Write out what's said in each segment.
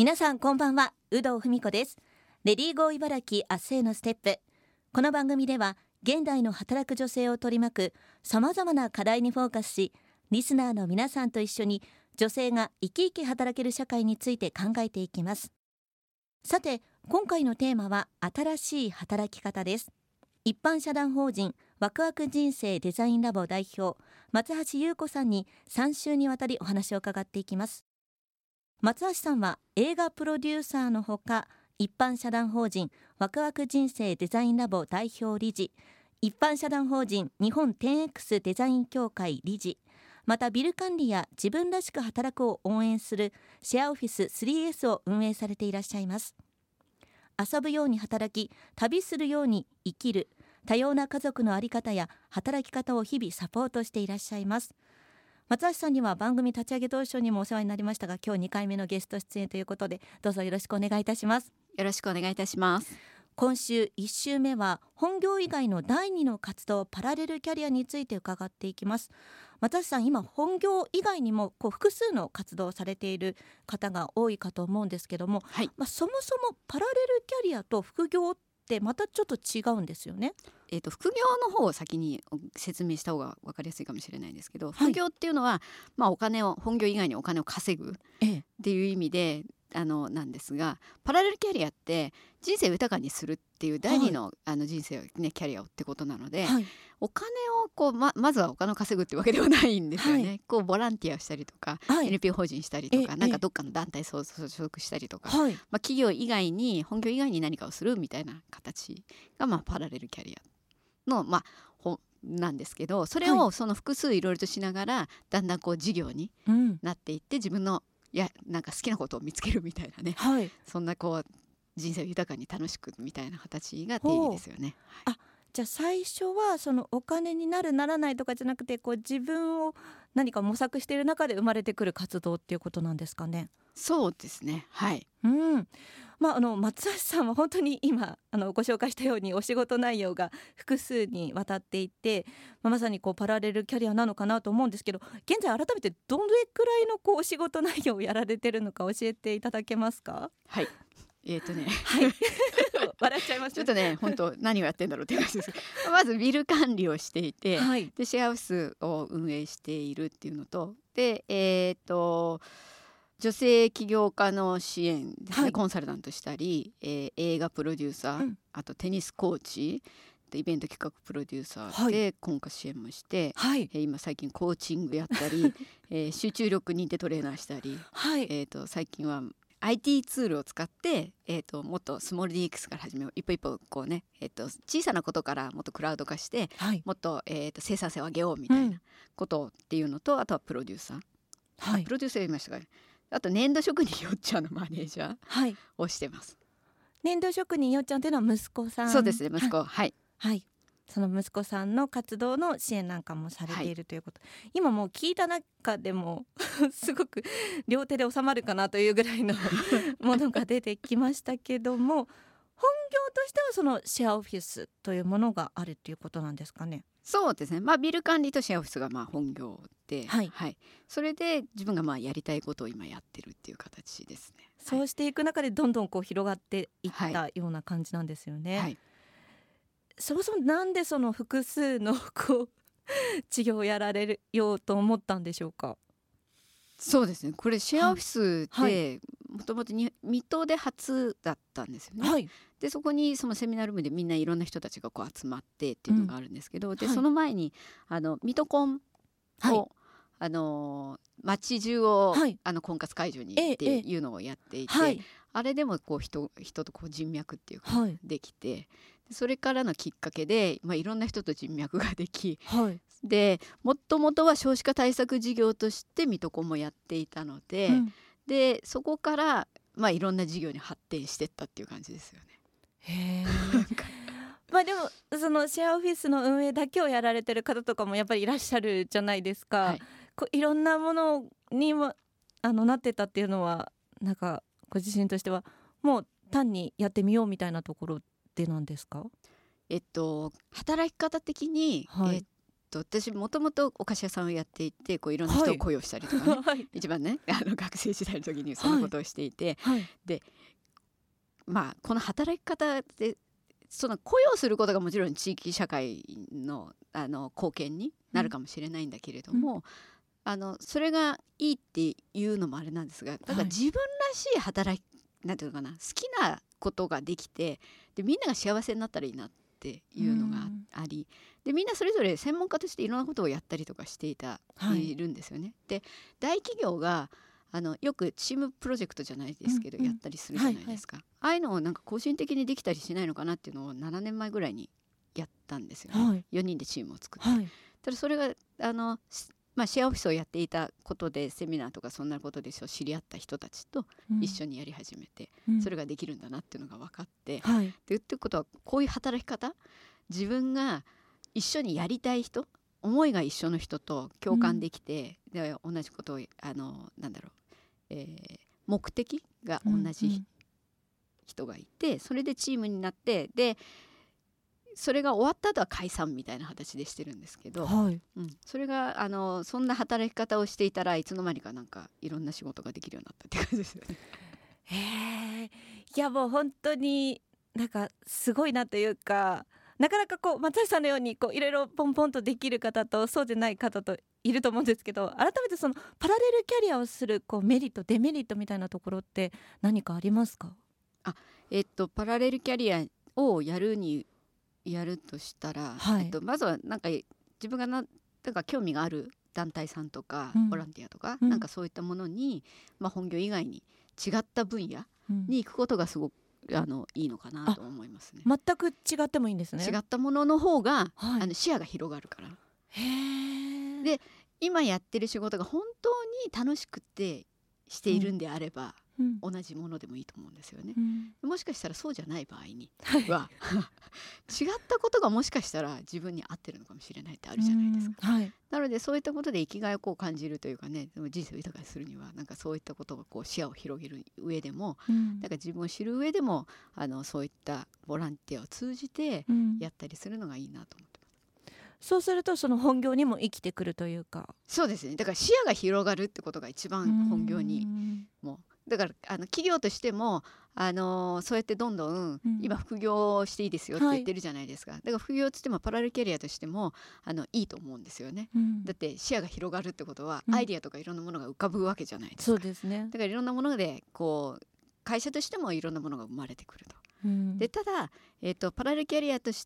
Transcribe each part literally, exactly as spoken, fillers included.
皆さんこんばんは、有働文子です。レディーゴー茨城明日へのステップ。この番組では現代の働く女性を取り巻くさまざまな課題にフォーカスし、リスナーの皆さんと一緒に女性が生き生き働ける社会について考えていきます。さて、今回のテーマは新しい働き方です。一般社団法人ワクワク人生デザインラボ代表松橋優子さんにさん週にわたりお話を伺っていきます。松橋さんは映画プロデューサーのほか、一般社団法人ワクワク人生デザインラボ代表理事、一般社団法人日本 テンエックス デザイン協会理事、またビル管理や自分らしく働くを応援するシェアオフィス スリーエス を運営されていらっしゃいます。遊ぶように働き、旅するように生きる、多様な家族の在り方や働き方を日々サポートしていらっしゃいます。松橋さんには番組立ち上げ当初にもお世話になりましたが、今日にかいめのゲスト出演ということで、どうぞよろしくお願いいたします。 よろしくお願いいたします。 今週いち週目は本業以外のだいにの活動、パラレルキャリアについて伺っていきます。松橋さん、今本業以外にもこう複数の活動をされている方が多いかと思うんですけども、 はい、 まあ、そもそもパラレルキャリアと副業ってまたちょっと違うんですよね。 えーと、副業の方を先に説明した方が分かりやすいかもしれないんですけど、 はい、 副業っていうのは、まあ、お金を本業以外にお金を稼ぐっていう意味で、ええ、あのなんですが、パラレルキャリアって人生を豊かにするっていう第二の、はい、あの人生を、ね、キャリアをってことなので、はい、お金をこう ま, まずはお金を稼ぐっていうわけではないんですよね。はい、こうボランティアをしたりとか、はい、エヌピーオー 法人したりとか、なんかどっかの団体所属したりとか、はい、まあ、企業以外に本業以外に何かをするみたいな形が、まあ、パラレルキャリアの、まあ、ほなんですけど、それをその複数いろいろとしながらだんだんこう事業になっていって、うん、自分のいやなんか好きなことを見つけるみたいなね、はい、そんなこう人生を豊かに楽しくみたいな形が定義ですよね。 あ、じゃあ最初はそのお金になるならないとかじゃなくて、こう自分を何か模索している中で生まれてくる活動っていうことなんですかね。 そうですね、はい、 うん、まあ、あの松橋さんは本当に今あのご紹介したようにお仕事内容が複数にわたっていて、まあ、まさにこうパラレルキャリアなのかなと思うんですけど、現在改めてどれくらいのこうお仕事内容をやられてるのか教えていただけますか。 はい、えーとねはい、笑っちゃいます。 ちょっとね本当何をやってんだろうって感じですまずビル管理をしていて、はい、でシェアオフィスを運営しているっていうのと、でえーと女性起業家の支援ですね、はい、コンサルタントしたり、えー、映画プロデューサー、うん、あとテニスコーチでイベント企画プロデューサーで今回支援もして、はい、えー、今最近コーチングやったり、えー、集中力認定トレーナーしたり、はい、えー、と最近は アイティー ツールを使って、えー、ともっとスモール ディーエックス から始めよう、一歩一歩こうね、えー、と小さなことからもっとクラウド化して、はい、もっと、えー、と生産性を上げようみたいなことっていうのと、うん、あとはプロデューサー、はい、プロデューサー言いましたかね。あと粘土職人よっちゃんのマネージャーをしてます。 はい、粘土職人よっちゃんというのは息子さん。 そうですね、息子、はい、はいはい、その息子さんの活動の支援なんかもされているということ、はい、今もう聞いた中でもすごく両手で収まるかなというぐらいのものが出てきましたけども、本業としてはそのシェアオフィスというものがあるということなんですかね。 そうですね、まあ、ビル管理とシェアオフィスがまあ本業で、 はいはい、それで自分がまあやりたいことを今やってるっていう形ですね。 そうしていく中でどんどんこう広がっていったような感じなんですよね。はい、そもそもなんでその複数のこう事業をやられようと思ったんでしょうか。 そうですね、これシェアオフィスってもともと水戸で初だったんですよね。はい、でそこにそのセミナールームでみんないろんな人たちがこう集まってっていうのがあるんですけど、うん、で、はい、その前にあの水戸コンを、はい、あの街中を、はい、あの婚活会場にっていうのをやっていて、はい、あれでもこう 人, 人とこう人脈っていうかできて、はい、それからのきっかけで、まあ、いろんな人と人脈ができ、はい、でもともとは少子化対策事業として水戸コンもやっていたので、うん、でそこから、まあ、いろんな事業に発展していったっていう感じですよね。 へまあでもそのシェアオフィスの運営だけをやられてる方とかもやっぱりいらっしゃるじゃないですか。はい、こういろんなものにもあのなってたっていうのは、なんかご自身としてはもう単にやってみようみたいなところでなんですか。 えっと働き方的に、はい、えと私もともとお菓子屋さんをやっていて、こういろんな人を雇用したりとかね、はい、一番ねあの学生時代の時にそのことをしていて、はいはい、でまあこの働き方でその雇用することがもちろん地域社会 の, あの貢献になるかもしれないんだけれども、うん、あのそれがいいっていうのもあれなんですが、だから自分らしい働き、なんていうのかな、好きなことができて、でみんなが幸せになったらいいなっていうのがあり、でみんなそれぞれ専門家としていろんなことをやったりとかしていた、はい、いるんですよね。で大企業があのよくチームプロジェクトじゃないですけど、うんうん、やったりするじゃないですか、はいはい、ああいうのをなんか個人的にできたりしないのかなっていうのをななねんまえぐらいにやったんですよね、はい、よにんでチームを作って、はい、ただそれがあの、まあ、シェアオフィスをやっていたことでセミナーとかそんなことで知り合った人たちと一緒にやり始めて、うん、それができるんだなっていうのが分かって、はい、でっていうことはこういう働き方、自分が一緒にやりたい人、思いが一緒の人と共感できて、うん、で同じことをあのなんだろうえー、目的が同じ人がいて、うんうん、それでチームになって、でそれが終わった後は解散みたいな形でしてるんですけど、はい、うん、それがあのそんな働き方をしていたらいつの間にかなんかいろんな仕事ができるようになったって感じですよね。 へー、いやもう本当になんかすごいなというか、なかなかこう松橋さんのようにこういろいろポンポンとできる方とそうでない方といると思うんですけど、改めてそのパラレルキャリアをするこうメリットデメリットみたいなところって何かありますか？ あ、えっと、パラレルキャリアをやるにやるとしたら、はい、えっと、まずはなんか自分がななんか興味がある団体さんとか、うん、ボランティアとか、うん、なんかそういったものに、まあ、本業以外に違った分野に行くことがすごくあのいいのかなと思いますね。 全く違ってもいいんですね。 違ったものの方が、はい、あの視野が広がるから。 へー。 で今やってる仕事が本当に楽しくてしているんであれば、うん、同じものでもいいと思うんですよね、うん、もしかしたらそうじゃない場合には、はい、違ったことがもしかしたら自分に合ってるのかもしれないってあるじゃないですか、はい、なのでそういったことで生きがいをこう感じるというかね、人生を豊かにするにはなんかそういったことがこう視野を広げる上でも、うん、だから自分を知る上でもあのそういったボランティアを通じてやったりするのがいいなと思って、 そうするとその本業にも生きてくるというか。 そうですね、だから視野が広がるってことが一番本業にもうだからあの企業としても、あのー、そうやってどんどん、うん、今副業していいですよって言ってるじゃないですか、はい、だから副業としてもパラレルキャリアとしてもあのいいと思うんですよね、うん、だって視野が広がるってことは、うん、アイディアとかいろんなものが浮かぶわけじゃないですか。 そうですね。 だからいろんなものでこう会社としてもいろんなものが生まれてくると、うん、でただ、えーと、パラレルキャリアとして、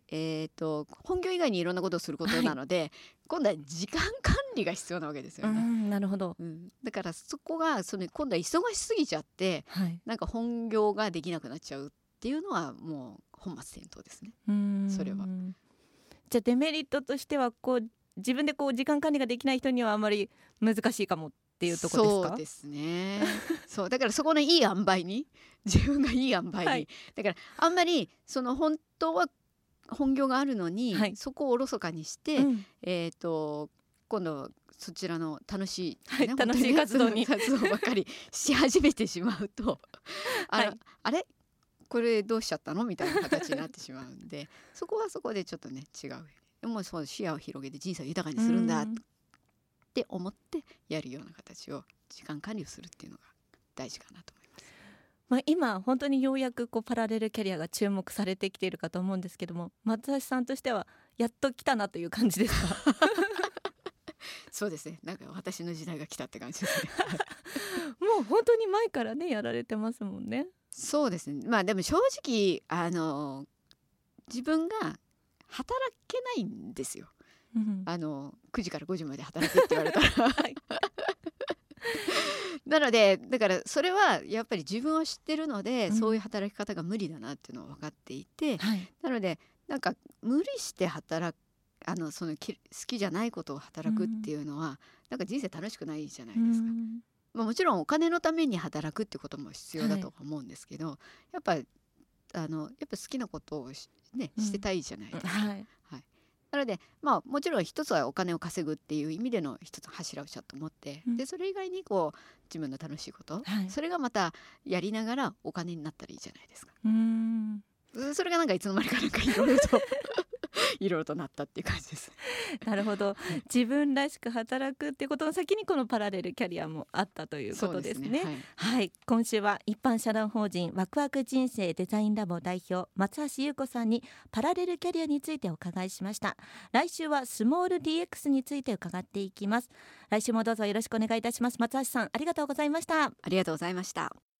えーと、本業以外にいろんなことをすることなので、はい、今度は時間管理が必要なわけですよね、うん、 なるほど、 うん、だからそこがその今度は忙しすぎちゃって、はい、なんか本業ができなくなっちゃうっていうのはもう本末転倒ですね。うん、それはじゃあデメリットとしてはこう自分でこう時間管理ができない人にはあまり難しいかもっていうところですか？ そうですねそうだからそこのいい塩梅に自分がいい塩梅に、はい、だからあんまりその本当は本業があるのに、はい、そこをおろそかにして、うん、えーと今度そちらの楽しい、 はいね、楽しい活動に活動ばっかりし始めてしまうとあ, はい、あれこれどうしちゃったのみたいな形になってしまうんでそこはそこでちょっとね違う、もうそう視野を広げて人生を豊かにするんだって思ってやるような形を時間管理をするっていうのが大事かなと思います。 まあ、今本当にようやくこうパラレルキャリアが注目されてきているかと思うんですけども、松橋さんとしてはやっと来たなという感じですか？ そうですね、なんか私の時代が来たって感じですねもう本当に前からねやられてますもんね。 そうですね、まあでも正直あの自分が働けないんですよ、うん、あのくじからごじまで働けって言われたら、はい、なのでだからそれはやっぱり自分を知ってるので、うん、そういう働き方が無理だなっていうのは分かっていて、はい、なのでなんか無理して働くあのその好きじゃないことを働くっていうのは、うん、なんか人生楽しくないじゃないですか、うん、まあ、もちろんお金のために働くってことも必要だと思うんですけど、はい、やっぱあのやっぱ好きなことをし、ね、してたいじゃないですか、うん、はいはい、なので、まあ、もちろん一つはお金を稼ぐっていう意味での一つの柱をちゃんと持って、うん、でそれ以外にこう自分の楽しいこと、はい、それがまたやりながらお金になったらいいじゃないですか。うん、それがなんかいつの間にかなんかいろいろといろいろとなったっていう感じです。 なるほど、自分らしく働くっていうことの先にこのパラレルキャリアもあったということですね。 そうですね、 はい、はい、今週は一般社団法人ワクワク人生デザインラボ代表松橋優子さんにパラレルキャリアについてお伺いしました。来週はスモール ディーエックス について伺っていきます。来週もどうぞよろしくお願いいたします。松橋さん、ありがとうございました。 ありがとうございました。